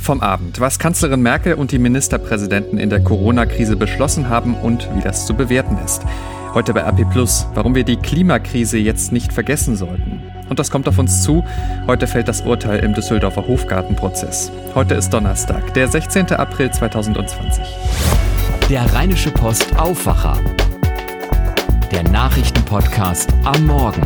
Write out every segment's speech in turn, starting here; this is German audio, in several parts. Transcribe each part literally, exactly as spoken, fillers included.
vom Abend, was Kanzlerin Merkel und die Ministerpräsidenten in der Corona-Krise beschlossen haben und wie das zu bewerten ist. Heute bei R P Plus, warum wir die Klimakrise jetzt nicht vergessen sollten. Und das kommt auf uns zu. Heute fällt das Urteil im Düsseldorfer Hofgartenprozess. Heute ist Donnerstag, der sechzehnten April zweitausendzwanzig. Der Rheinische Post Aufwacher. Der Nachrichtenpodcast am Morgen.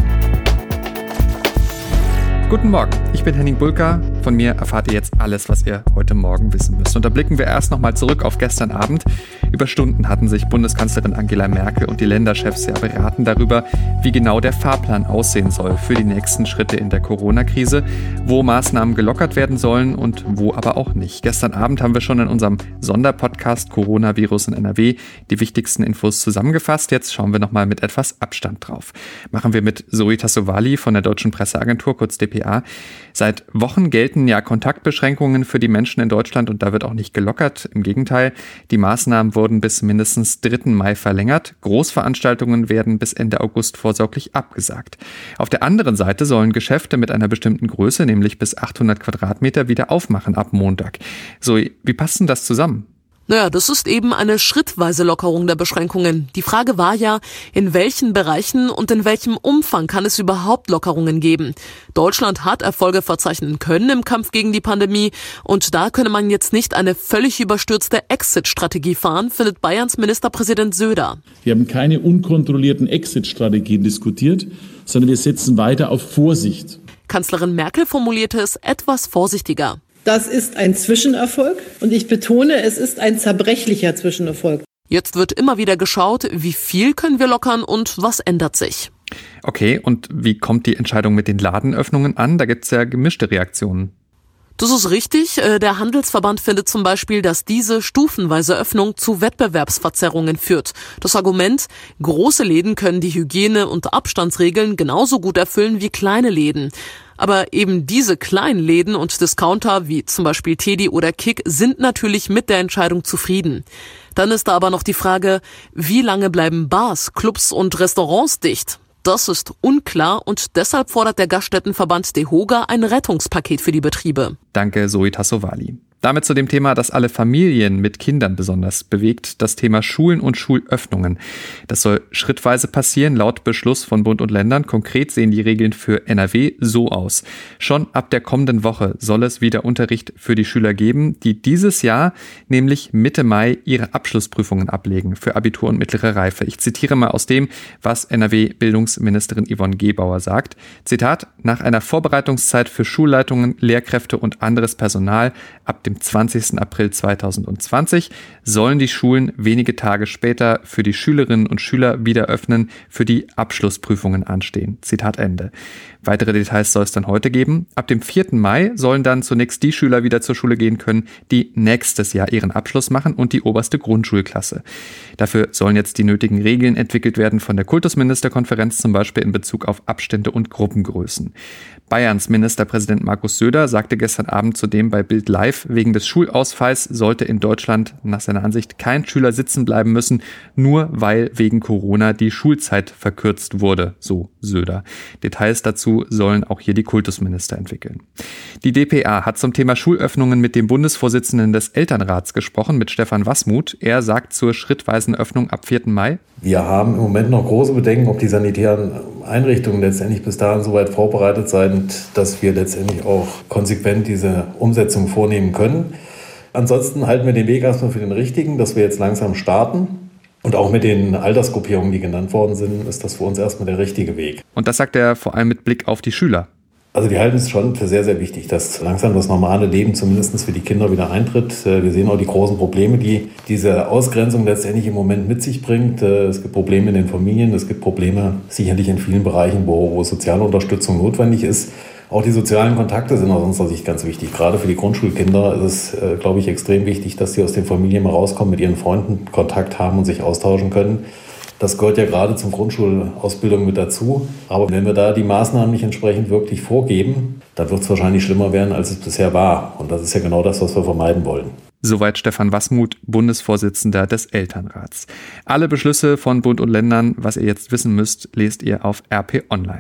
Guten Morgen, ich bin Henning Bulka. Von mir erfahrt ihr jetzt alles, was ihr heute Morgen wissen müsst. Und da blicken wir erst nochmal zurück auf gestern Abend. Über Stunden hatten sich Bundeskanzlerin Angela Merkel und die Länderchefs ja beraten darüber, wie genau der Fahrplan aussehen soll für die nächsten Schritte in der Corona-Krise, wo Maßnahmen gelockert werden sollen und wo aber auch nicht. Gestern Abend haben wir schon in unserem Sonderpodcast Coronavirus in N R W die wichtigsten Infos zusammengefasst. Jetzt schauen wir nochmal mit etwas Abstand drauf. Machen wir mit Zoe Tassovali von der Deutschen Presseagentur, kurz D P A. Seit Wochen gelten ja Kontaktbeschränkungen für die Menschen in Deutschland und da wird auch nicht gelockert. Im Gegenteil, die Maßnahmen wurden bis mindestens dritten Mai verlängert. Großveranstaltungen werden bis Ende August vorsorglich abgesagt. Auf der anderen Seite sollen Geschäfte mit einer bestimmten Größe, nämlich bis achthundert Quadratmeter, wieder aufmachen ab Montag. Zoe, wie passt denn das zusammen? Naja, das ist eben eine schrittweise Lockerung der Beschränkungen. Die Frage war ja, in welchen Bereichen und in welchem Umfang kann es überhaupt Lockerungen geben? Deutschland hat Erfolge verzeichnen können im Kampf gegen die Pandemie und da könne man jetzt nicht eine völlig überstürzte Exit-Strategie fahren, findet Bayerns Ministerpräsident Söder. Wir haben keine unkontrollierten Exit-Strategien diskutiert, sondern wir setzen weiter auf Vorsicht. Kanzlerin Merkel formulierte es etwas vorsichtiger. Das ist ein Zwischenerfolg und ich betone, es ist ein zerbrechlicher Zwischenerfolg. Jetzt wird immer wieder geschaut, wie viel können wir lockern und was ändert sich. Okay, und wie kommt die Entscheidung mit den Ladenöffnungen an? Da gibt es ja gemischte Reaktionen. Das ist richtig. Der Handelsverband findet zum Beispiel, dass diese stufenweise Öffnung zu Wettbewerbsverzerrungen führt. Das Argument, große Läden können die Hygiene- und Abstandsregeln genauso gut erfüllen wie kleine Läden. Aber eben diese kleinen Läden und Discounter, wie zum Beispiel Teddy oder Kick, sind natürlich mit der Entscheidung zufrieden. Dann ist da aber noch die Frage, wie lange bleiben Bars, Clubs und Restaurants dicht? Das ist unklar und deshalb fordert der Gaststättenverband DEHOGA ein Rettungspaket für die Betriebe. Danke, Zoe Tassovali. Damit zu dem Thema, das alle Familien mit Kindern besonders bewegt, das Thema Schulen und Schulöffnungen. Das soll schrittweise passieren, laut Beschluss von Bund und Ländern. Konkret sehen die Regeln für N R W so aus. Schon ab der kommenden Woche soll es wieder Unterricht für die Schüler geben, die dieses Jahr, nämlich Mitte Mai, ihre Abschlussprüfungen ablegen für Abitur und mittlere Reife. Ich zitiere mal aus dem, was N R W-Bildungsministerin Yvonne Gebauer sagt. Zitat, nach einer Vorbereitungszeit für Schulleitungen, Lehrkräfte und anderes Personal ab dem zwanzigsten April zweitausendzwanzig sollen die Schulen wenige Tage später für die Schülerinnen und Schüler wieder öffnen, für die Abschlussprüfungen anstehen. Zitat Ende. Weitere Details soll es dann heute geben. Ab dem vierten Mai sollen dann zunächst die Schüler wieder zur Schule gehen können, die nächstes Jahr ihren Abschluss machen und die oberste Grundschulklasse. Dafür sollen jetzt die nötigen Regeln entwickelt werden von der Kultusministerkonferenz, zum Beispiel in Bezug auf Abstände und Gruppengrößen. Bayerns Ministerpräsident Markus Söder sagte gestern Abend zudem bei Bild Live, wegen des Schulausfalls sollte in Deutschland nach seiner Ansicht kein Schüler sitzen bleiben müssen, nur weil wegen Corona die Schulzeit verkürzt wurde, so Söder. Details dazu sollen auch hier die Kultusminister entwickeln. Die D P A hat zum Thema Schulöffnungen mit dem Bundesvorsitzenden des Elternrats gesprochen, mit Stefan Wassmuth. Er sagt zur schrittweisen Öffnung ab vierten Mai. Wir haben im Moment noch große Bedenken, ob die sanitären Einrichtungen letztendlich bis dahin so weit vorbereitet sind, dass wir letztendlich auch konsequent diese Umsetzung vornehmen können. Ansonsten halten wir den Weg erstmal für den richtigen, dass wir jetzt langsam starten. Und auch mit den Altersgruppierungen, die genannt worden sind, ist das für uns erstmal der richtige Weg. Und das sagt er vor allem mit Blick auf die Schüler. Also wir halten es schon für sehr, sehr wichtig, dass langsam das normale Leben zumindest für die Kinder wieder eintritt. Wir sehen auch die großen Probleme, die diese Ausgrenzung letztendlich im Moment mit sich bringt. Es gibt Probleme in den Familien, es gibt Probleme sicherlich in vielen Bereichen, wo, wo soziale Unterstützung notwendig ist. Auch die sozialen Kontakte sind aus unserer Sicht ganz wichtig. Gerade für die Grundschulkinder ist es, äh, glaube ich, extrem wichtig, dass sie aus den Familien mal rauskommen, mit ihren Freunden Kontakt haben und sich austauschen können. Das gehört ja gerade zur Grundschulausbildung mit dazu. Aber wenn wir da die Maßnahmen nicht entsprechend wirklich vorgeben, dann wird es wahrscheinlich schlimmer werden, als es bisher war. Und das ist ja genau das, was wir vermeiden wollen. Soweit Stefan Wassmuth, Bundesvorsitzender des Elternrats. Alle Beschlüsse von Bund und Ländern, was ihr jetzt wissen müsst, lest ihr auf R P Online.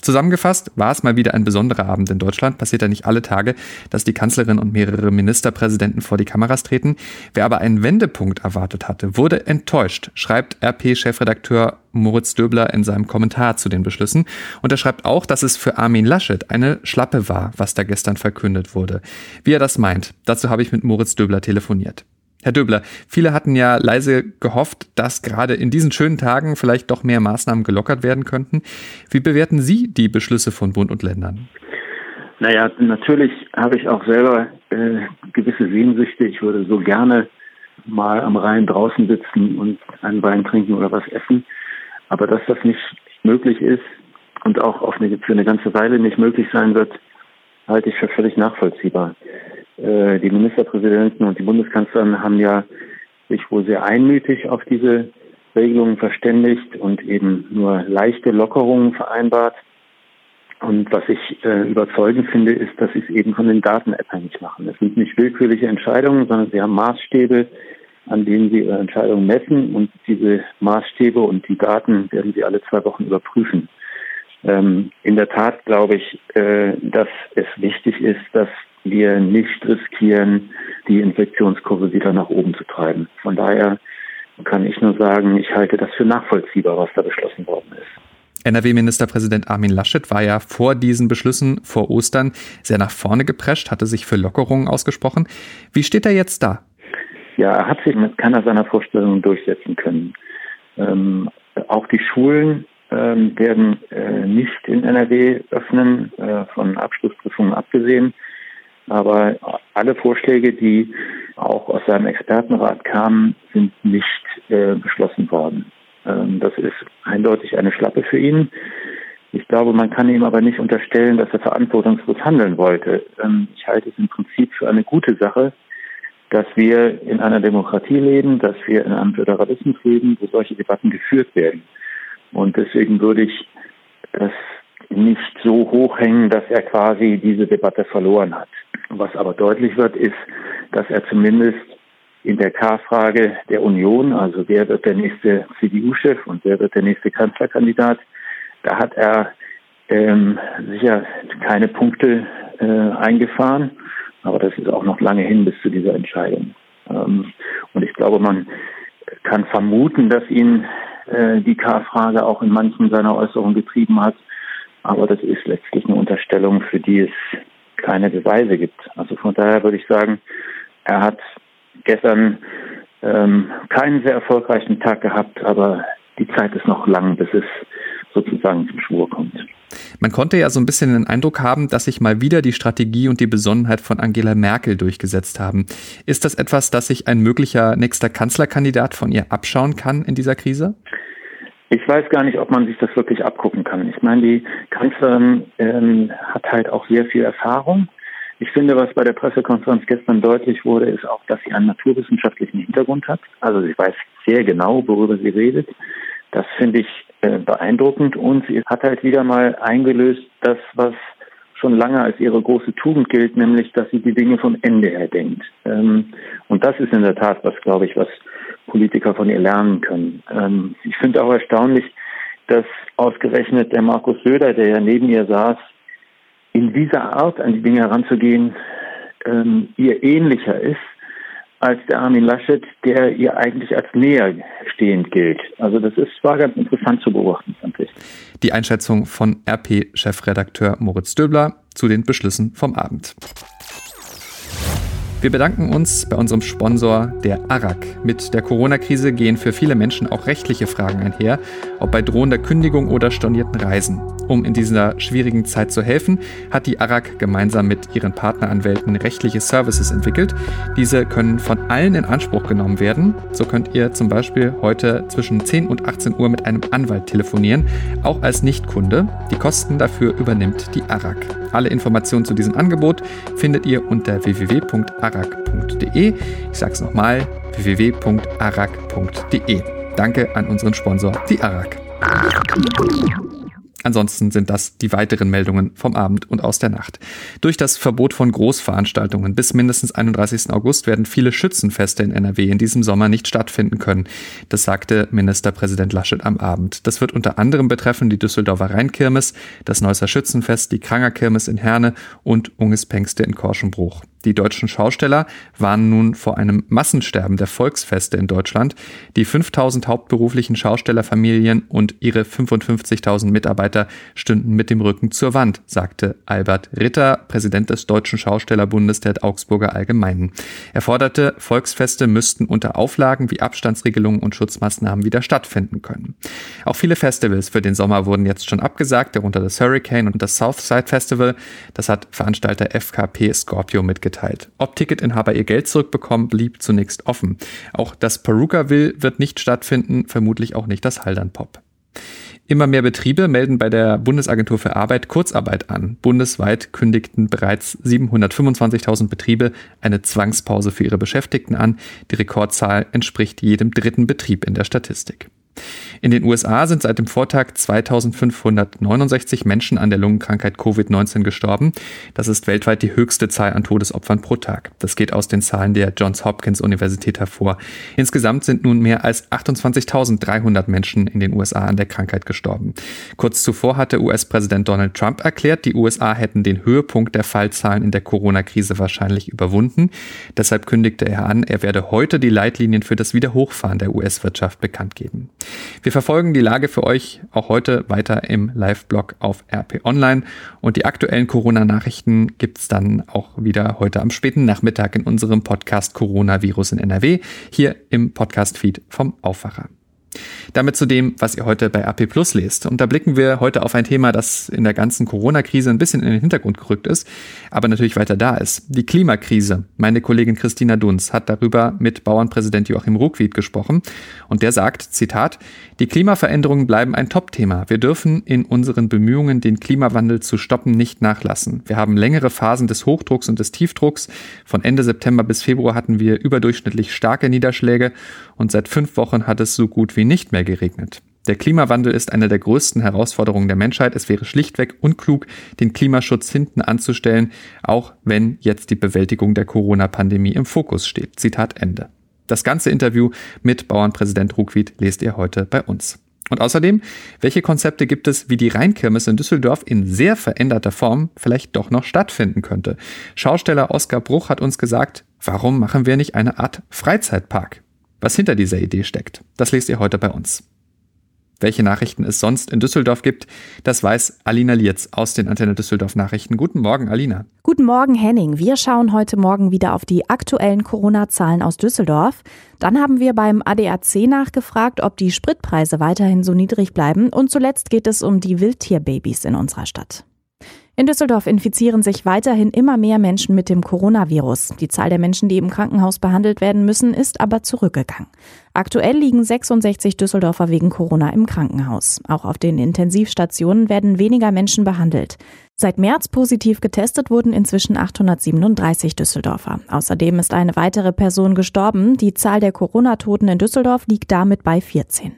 Zusammengefasst war es mal wieder ein besonderer Abend in Deutschland. Passiert ja nicht alle Tage, dass die Kanzlerin und mehrere Ministerpräsidenten vor die Kameras treten. Wer aber einen Wendepunkt erwartet hatte, wurde enttäuscht, schreibt R P-Chefredakteur Moritz Döbler in seinem Kommentar zu den Beschlüssen. Und er schreibt auch, dass es für Armin Laschet eine Schlappe war, was da gestern verkündet wurde. Wie er das meint, dazu habe ich mit Moritz Döbler telefoniert. Herr Döbler, viele hatten ja leise gehofft, dass gerade in diesen schönen Tagen vielleicht doch mehr Maßnahmen gelockert werden könnten. Wie bewerten Sie die Beschlüsse von Bund und Ländern? Naja, natürlich habe ich auch selber äh, gewisse Sehnsüchte. Ich würde so gerne mal am Rhein draußen sitzen und einen Wein trinken oder was essen. Aber dass das nicht möglich ist und auch auf eine, für eine ganze Weile nicht möglich sein wird, halte ich für völlig nachvollziehbar. Die Ministerpräsidenten und die Bundeskanzlerin haben ja sich wohl sehr einmütig auf diese Regelungen verständigt und eben nur leichte Lockerungen vereinbart. Und was ich äh, überzeugend finde, ist, dass sie es eben von den Daten abhängig machen. Es sind nicht willkürliche Entscheidungen, sondern sie haben Maßstäbe, an denen sie ihre Entscheidungen messen. Und diese Maßstäbe und die Daten werden sie alle zwei Wochen überprüfen. Ähm, in der Tat glaube ich, äh, dass es wichtig ist, dass wir nicht riskieren, die Infektionskurve wieder nach oben zu treiben. Von daher kann ich nur sagen, ich halte das für nachvollziehbar, was da beschlossen worden ist. N R W-Ministerpräsident Armin Laschet war ja vor diesen Beschlüssen, vor Ostern, sehr nach vorne geprescht, hatte sich für Lockerungen ausgesprochen. Wie steht er jetzt da? Ja, er hat sich mit keiner seiner Vorstellungen durchsetzen können. Ähm, auch die Schulen ähm, werden äh, nicht in N R W öffnen, äh, von Abschlussprüfungen abgesehen. Aber alle Vorschläge, die auch aus seinem Expertenrat kamen, sind nicht äh, beschlossen worden. Ähm, das ist eindeutig eine Schlappe für ihn. Ich glaube, man kann ihm aber nicht unterstellen, dass er verantwortungslos handeln wollte. Ähm, ich halte es im Prinzip für eine gute Sache, dass wir in einer Demokratie leben, dass wir in einem Föderalismus leben, wo solche Debatten geführt werden. Und deswegen würde ich das nicht so hochhängen, dass er quasi diese Debatte verloren hat. Was aber deutlich wird, ist, dass er zumindest in der K-Frage der Union, also wer wird der nächste C D U-Chef und wer wird der nächste Kanzlerkandidat, da hat er ähm, sicher keine Punkte äh, eingefahren, aber das ist auch noch lange hin bis zu dieser Entscheidung. Ähm, und ich glaube, man kann vermuten, dass ihn äh, die K-Frage auch in manchen seiner Äußerungen getrieben hat, aber das ist letztlich eine Unterstellung, für die es keine Beweise gibt. Also von daher würde ich sagen, er hat gestern ähm, keinen sehr erfolgreichen Tag gehabt, aber die Zeit ist noch lang, bis es sozusagen zum Schwur kommt. Man konnte ja so ein bisschen den Eindruck haben, dass sich mal wieder die Strategie und die Besonnenheit von Angela Merkel durchgesetzt haben. Ist das etwas, das sich ein möglicher nächster Kanzlerkandidat von ihr abschauen kann in dieser Krise? Ich weiß gar nicht, ob man sich das wirklich abgucken kann. Ich meine, die Kanzlerin ähm, hat halt auch sehr viel Erfahrung. Ich finde, was bei der Pressekonferenz gestern deutlich wurde, ist auch, dass sie einen naturwissenschaftlichen Hintergrund hat. Also sie weiß sehr genau, worüber sie redet. Das finde ich äh, beeindruckend. Und sie hat halt wieder mal eingelöst, das, was schon lange als ihre große Tugend gilt, nämlich, dass sie die Dinge vom Ende her denkt. Ähm, und das ist in der Tat was, glaube ich, was Politiker von ihr lernen können. Ähm, ich finde auch erstaunlich, dass ausgerechnet der Markus Söder, der ja neben ihr saß, in dieser Art an die Dinge heranzugehen, ähm, ihr ähnlicher ist als der Armin Laschet, der ihr eigentlich als näher stehend gilt. Also das ist, war ganz interessant zu beobachten, fand ich. Die Einschätzung von R P-Chefredakteur Moritz Döbler zu den Beschlüssen vom Abend. Wir bedanken uns bei unserem Sponsor, der A R A C. Mit der Corona-Krise gehen für viele Menschen auch rechtliche Fragen einher, ob bei drohender Kündigung oder stornierten Reisen. Um in dieser schwierigen Zeit zu helfen, hat die A R A C gemeinsam mit ihren Partneranwälten rechtliche Services entwickelt. Diese können von allen in Anspruch genommen werden. So könnt ihr zum Beispiel heute zwischen zehn und achtzehn Uhr mit einem Anwalt telefonieren, auch als Nichtkunde. Die Kosten dafür übernimmt die A R A C. Alle Informationen zu diesem Angebot findet ihr unter w w w punkt arac punkt de. Ich sage es nochmal, w w w punkt arac punkt de. Danke an unseren Sponsor, die A R A C. Ansonsten sind das die weiteren Meldungen vom Abend und aus der Nacht. Durch das Verbot von Großveranstaltungen bis mindestens einunddreißigsten August werden viele Schützenfeste in N R W in diesem Sommer nicht stattfinden können. Das sagte Ministerpräsident Laschet am Abend. Das wird unter anderem betreffen die Düsseldorfer Rheinkirmes, das Neusser Schützenfest, die Krangerkirmes in Herne und Ungespengste in Korschenbruch. Die deutschen Schausteller warnen nun vor einem Massensterben der Volksfeste in Deutschland. Die fünftausend hauptberuflichen Schaustellerfamilien und ihre fünfundfünfzigtausend Mitarbeiter stünden mit dem Rücken zur Wand, sagte Albert Ritter, Präsident des Deutschen Schaustellerbundes der Augsburger Allgemeinen. Er forderte, Volksfeste müssten unter Auflagen wie Abstandsregelungen und Schutzmaßnahmen wieder stattfinden können. Auch viele Festivals für den Sommer wurden jetzt schon abgesagt, darunter das Hurricane und das Southside Festival. Das hat Veranstalter F K P Scorpio mitgeteilt. Ob Ticketinhaber ihr Geld zurückbekommen, blieb zunächst offen. Auch das Perukaville wird nicht stattfinden, vermutlich auch nicht das Haldern-Pop. Immer mehr Betriebe melden bei der Bundesagentur für Arbeit Kurzarbeit an. Bundesweit kündigten bereits siebenhundertfünfundzwanzigtausend Betriebe eine Zwangspause für ihre Beschäftigten an. Die Rekordzahl entspricht jedem dritten Betrieb in der Statistik. In den U S A sind seit dem Vortag zweitausendfünfhundertneunundsechzig Menschen an der Lungenkrankheit Covid neunzehn gestorben. Das ist weltweit die höchste Zahl an Todesopfern pro Tag. Das geht aus den Zahlen der Johns Hopkins Universität hervor. Insgesamt sind nun mehr als achtundzwanzigtausenddreihundert Menschen in den U S A an der Krankheit gestorben. Kurz zuvor hatte U S-Präsident Donald Trump erklärt, die U S A hätten den Höhepunkt der Fallzahlen in der Corona-Krise wahrscheinlich überwunden. Deshalb kündigte er an, er werde heute die Leitlinien für das Wiederhochfahren der U S-Wirtschaft bekannt geben. Wir verfolgen die Lage für euch auch heute weiter im Live-Blog auf R P Online und die aktuellen Corona-Nachrichten gibt's dann auch wieder heute am späten Nachmittag in unserem Podcast Coronavirus in N R W, hier im Podcast-Feed vom Aufwacher. Damit zu dem, was ihr heute bei A P Plus lest. Und da blicken wir heute auf ein Thema, das in der ganzen Corona-Krise ein bisschen in den Hintergrund gerückt ist, aber natürlich weiter da ist. Die Klimakrise. Meine Kollegin Christina Dunz hat darüber mit Bauernpräsident Joachim Ruckwied gesprochen. Und der sagt, Zitat, die Klimaveränderungen bleiben ein Top-Thema. Wir dürfen in unseren Bemühungen, den Klimawandel zu stoppen, nicht nachlassen. Wir haben längere Phasen des Hochdrucks und des Tiefdrucks. Von Ende September bis Februar hatten wir überdurchschnittlich starke Niederschläge und seit fünf Wochen hat es so gut wie nicht mehr geregnet. Der Klimawandel ist eine der größten Herausforderungen der Menschheit. Es wäre schlichtweg unklug, den Klimaschutz hinten anzustellen, auch wenn jetzt die Bewältigung der Corona-Pandemie im Fokus steht. Zitat Ende. Das ganze Interview mit Bauernpräsident Ruckwied lest ihr heute bei uns. Und außerdem, welche Konzepte gibt es, wie die Rheinkirmes in Düsseldorf in sehr veränderter Form vielleicht doch noch stattfinden könnte? Schausteller Oskar Bruch hat uns gesagt, warum machen wir nicht eine Art Freizeitpark? Was hinter dieser Idee steckt, das lest ihr heute bei uns. Welche Nachrichten es sonst in Düsseldorf gibt, das weiß Alina Lietz aus den Antenne Düsseldorf Nachrichten. Guten Morgen, Alina. Guten Morgen, Henning. Wir schauen heute Morgen wieder auf die aktuellen Corona-Zahlen aus Düsseldorf. Dann haben wir beim A D A C nachgefragt, ob die Spritpreise weiterhin so niedrig bleiben. Und zuletzt geht es um die Wildtierbabys in unserer Stadt. In Düsseldorf infizieren sich weiterhin immer mehr Menschen mit dem Coronavirus. Die Zahl der Menschen, die im Krankenhaus behandelt werden müssen, ist aber zurückgegangen. Aktuell liegen sechsundsechzig Düsseldorfer wegen Corona im Krankenhaus. Auch auf den Intensivstationen werden weniger Menschen behandelt. Seit März positiv getestet wurden inzwischen achthundertsiebenunddreißig Düsseldorfer. Außerdem ist eine weitere Person gestorben. Die Zahl der Corona-Toten in Düsseldorf liegt damit bei vierzehn.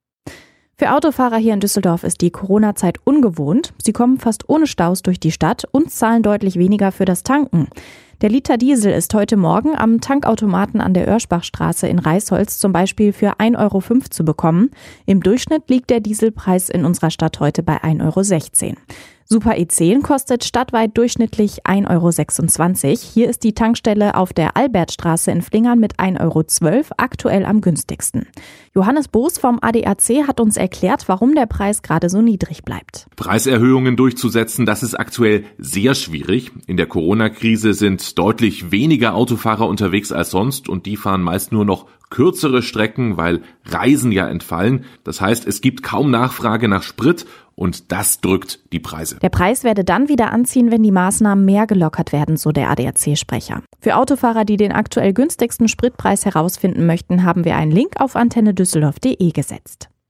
Für Autofahrer hier in Düsseldorf ist die Corona-Zeit ungewohnt. Sie kommen fast ohne Staus durch die Stadt und zahlen deutlich weniger für das Tanken. Der Liter Diesel ist heute Morgen am Tankautomaten an der Oerschbachstraße in Reisholz zum Beispiel für ein Euro fünf zu bekommen. Im Durchschnitt liegt der Dieselpreis in unserer Stadt heute bei ein Euro sechzehn. Super E zehn kostet stadtweit durchschnittlich ein Euro sechsundzwanzig. Hier ist die Tankstelle auf der Albertstraße in Flingern mit ein Euro zwölf aktuell am günstigsten. Johannes Boos vom A D A C hat uns erklärt, warum der Preis gerade so niedrig bleibt. Preiserhöhungen durchzusetzen, das ist aktuell sehr schwierig. In der Corona-Krise sind deutlich weniger Autofahrer unterwegs als sonst und die fahren meist nur noch kürzere Strecken, weil Reisen ja entfallen. Das heißt, es gibt kaum Nachfrage nach Sprit und das drückt die Preise. Der Preis werde dann wieder anziehen, wenn die Maßnahmen mehr gelockert werden, so der A D A C-Sprecher. Für Autofahrer, die den aktuell günstigsten Spritpreis herausfinden möchten, haben wir einen Link auf antenne düsseldorf punkt de gesetzt.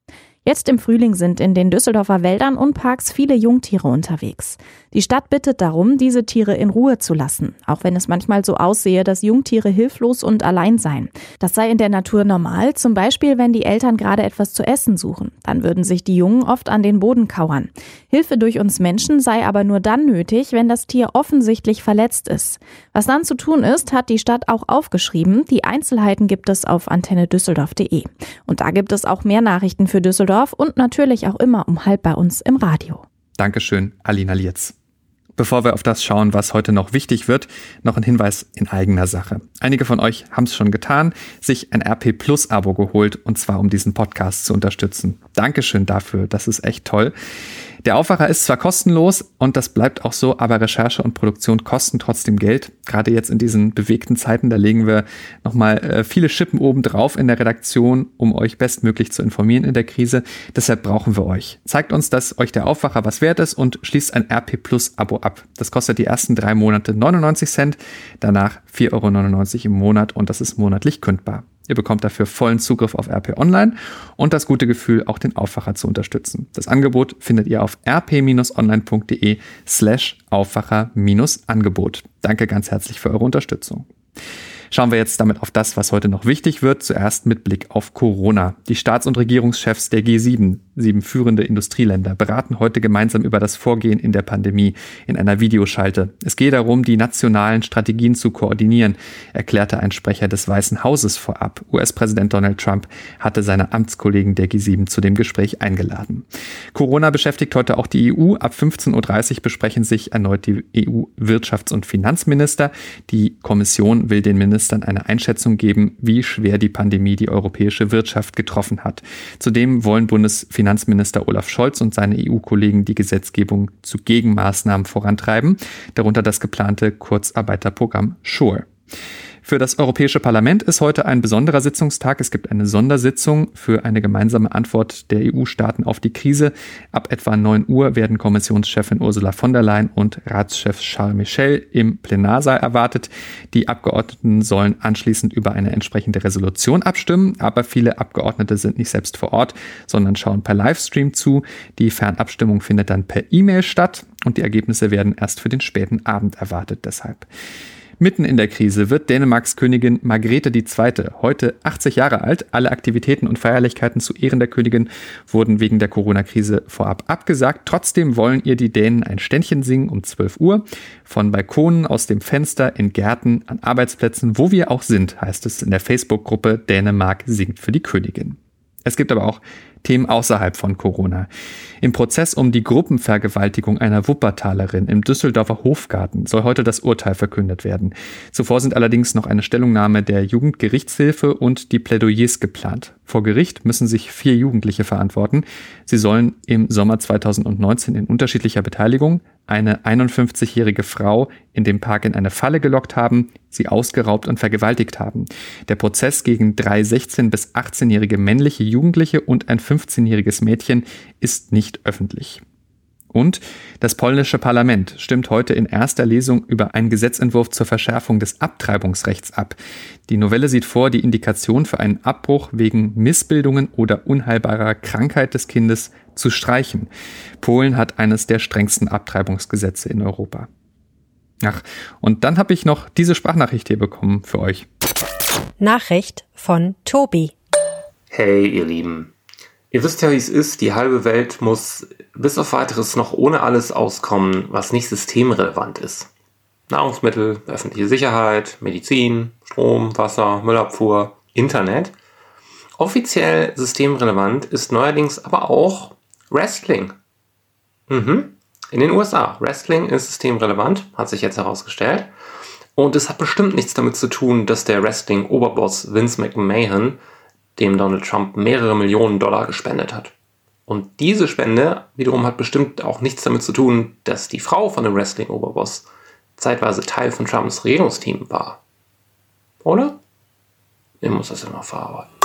Jetzt im Frühling sind in den Düsseldorfer Wäldern und Parks viele Jungtiere unterwegs. Die Stadt bittet darum, diese Tiere in Ruhe zu lassen, auch wenn es manchmal so aussehe, dass Jungtiere hilflos und allein seien. Das sei in der Natur normal, zum Beispiel wenn die Eltern gerade etwas zu essen suchen. Dann würden sich die Jungen oft an den Boden kauern. Hilfe durch uns Menschen sei aber nur dann nötig, wenn das Tier offensichtlich verletzt ist. Was dann zu tun ist, hat die Stadt auch aufgeschrieben. Die Einzelheiten gibt es auf antenne düsseldorf punkt de. Und da gibt es auch mehr Nachrichten für Düsseldorf und natürlich auch immer um halb bei uns im Radio. Dankeschön, Alina Lietz. Bevor wir auf das schauen, was heute noch wichtig wird, noch ein Hinweis in eigener Sache. Einige von euch haben es schon getan, sich ein R P Plus Abo geholt, und zwar um diesen Podcast zu unterstützen. Dankeschön dafür, das ist echt toll. Der Aufwacher ist zwar kostenlos und das bleibt auch so, aber Recherche und Produktion kosten trotzdem Geld. Gerade jetzt in diesen bewegten Zeiten, da legen wir nochmal äh, viele Schippen oben drauf in der Redaktion, um euch bestmöglich zu informieren in der Krise. Deshalb brauchen wir euch. Zeigt uns, dass euch der Aufwacher was wert ist und schließt ein R P Plus Abo ab. Das kostet die ersten drei Monate neunundneunzig Cent, danach vier Euro neunundneunzig im Monat und das ist monatlich kündbar. Ihr bekommt dafür vollen Zugriff auf R P Online und das gute Gefühl, auch den Aufwacher zu unterstützen. Das Angebot findet ihr auf rp-online.de slash Aufwacher-Angebot. Danke ganz herzlich für eure Unterstützung. Schauen wir jetzt damit auf das, was heute noch wichtig wird, zuerst mit Blick auf Corona. Die Staats- und Regierungschefs der G sieben, sieben führende Industrieländer, beraten heute gemeinsam über das Vorgehen in der Pandemie in einer Videoschalte. Es geht darum, die nationalen Strategien zu koordinieren, erklärte ein Sprecher des Weißen Hauses vorab. U S-Präsident Donald Trump hatte seine Amtskollegen der G sieben zu dem Gespräch eingeladen. Corona beschäftigt heute auch die E U. Ab fünfzehn Uhr dreißig besprechen sich erneut die E U-Wirtschafts- und Finanzminister. Die Kommission will den Ministern eine Einschätzung geben, wie schwer die Pandemie die europäische Wirtschaft getroffen hat. Zudem wollen Bundesfinanzminister Olaf Scholz und seine E U-Kollegen die Gesetzgebung zu Gegenmaßnahmen vorantreiben, darunter das geplante Kurzarbeiterprogramm SURE. Für das Europäische Parlament ist heute ein besonderer Sitzungstag. Es gibt eine Sondersitzung für eine gemeinsame Antwort der E U-Staaten auf die Krise. Ab etwa neun Uhr werden Kommissionschefin Ursula von der Leyen und Ratschef Charles Michel im Plenarsaal erwartet. Die Abgeordneten sollen anschließend über eine entsprechende Resolution abstimmen, aber viele Abgeordnete sind nicht selbst vor Ort, sondern schauen per Livestream zu. Die Fernabstimmung findet dann per E-Mail statt und die Ergebnisse werden erst für den späten Abend erwartet deshalb. Mitten in der Krise wird Dänemarks Königin Margrethe die Zweite, heute achtzig Jahre alt. Alle Aktivitäten und Feierlichkeiten zu Ehren der Königin wurden wegen der Corona-Krise vorab abgesagt. Trotzdem wollen ihr die Dänen ein Ständchen singen um zwölf Uhr. Von Balkonen, aus dem Fenster, in Gärten, an Arbeitsplätzen, wo wir auch sind, heißt es in der Facebook-Gruppe Dänemark singt für die Königin. Es gibt aber auch Themen außerhalb von Corona. Im Prozess um die Gruppenvergewaltigung einer Wuppertalerin im Düsseldorfer Hofgarten soll heute das Urteil verkündet werden. Zuvor sind allerdings noch eine Stellungnahme der Jugendgerichtshilfe und die Plädoyers geplant. Vor Gericht müssen sich vier Jugendliche verantworten. Sie sollen im Sommer zweitausendneunzehn in unterschiedlicher Beteiligung eine einundfünfzigjährige Frau in dem Park in eine Falle gelockt haben, sie ausgeraubt und vergewaltigt haben. Der Prozess gegen drei sechzehn- bis achtzehnjährige männliche Jugendliche und ein fünfzehnjähriges Mädchen ist nicht öffentlich. Und das polnische Parlament stimmt heute in erster Lesung über einen Gesetzentwurf zur Verschärfung des Abtreibungsrechts ab. Die Novelle sieht vor, die Indikation für einen Abbruch wegen Missbildungen oder unheilbarer Krankheit des Kindes zu streichen. Polen hat eines der strengsten Abtreibungsgesetze in Europa. Ach, und dann habe ich noch diese Sprachnachricht hier bekommen für euch. Nachricht von Tobi. Hey, ihr Lieben. Ihr wisst ja, wie es ist, die halbe Welt muss bis auf Weiteres noch ohne alles auskommen, was nicht systemrelevant ist. Nahrungsmittel, öffentliche Sicherheit, Medizin, Strom, Wasser, Müllabfuhr, Internet. Offiziell systemrelevant ist neuerdings aber auch Wrestling. Mhm. In den U S A. Wrestling ist systemrelevant, hat sich jetzt herausgestellt. Und es hat bestimmt nichts damit zu tun, dass der Wrestling-Oberboss Vince McMahon dem Donald Trump mehrere Millionen Dollar gespendet hat. Und diese Spende wiederum hat bestimmt auch nichts damit zu tun, dass die Frau von dem Wrestling-Oberboss zeitweise Teil von Trumps Regierungsteam war. Oder? Ich muss das ja noch verarbeiten.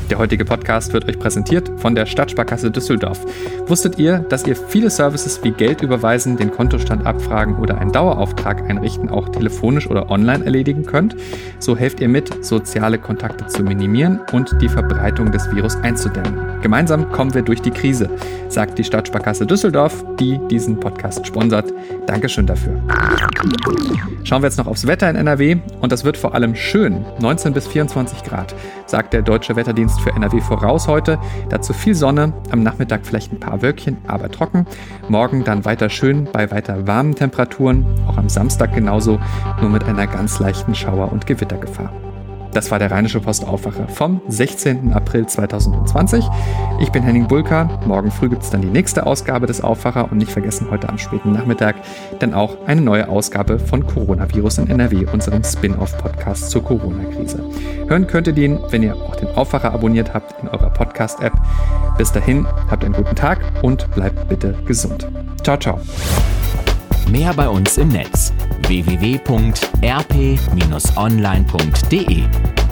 Der heutige Podcast wird euch präsentiert von der Stadtsparkasse Düsseldorf. Wusstet ihr, dass ihr viele Services wie Geld überweisen, den Kontostand abfragen oder einen Dauerauftrag einrichten auch telefonisch oder online erledigen könnt? So helft ihr mit, soziale Kontakte zu minimieren und die Verbreitung des Virus einzudämmen. Gemeinsam kommen wir durch die Krise, sagt die Stadtsparkasse Düsseldorf, die diesen Podcast sponsert. Dankeschön dafür. Schauen wir jetzt noch aufs Wetter in N R W und das wird vor allem schön, neunzehn bis vierundzwanzig Grad, sagt der Deutsche Wetterdienst für N R W voraus heute. Dazu viel Sonne, am Nachmittag vielleicht ein paar Wölkchen, aber trocken. Morgen dann weiter schön bei weiter warmen Temperaturen, auch am Samstag genauso, nur mit einer ganz leichten Schauer- und Gewittergefahr. Das war der Rheinische Post Aufwacher vom sechzehnten April zweitausendzwanzig. Ich bin Henning Bulka. Morgen früh gibt es dann die nächste Ausgabe des Aufwacher und nicht vergessen heute am späten Nachmittag dann auch eine neue Ausgabe von Coronavirus in N R W, unserem Spin-off-Podcast zur Corona-Krise. Hören könnt ihr den, wenn ihr auch den Aufwacher abonniert habt in eurer Podcast-App. Bis dahin, habt einen guten Tag und bleibt bitte gesund. Ciao, ciao. Mehr bei uns im Netz w w w punkt r p Bindestrich online punkt d e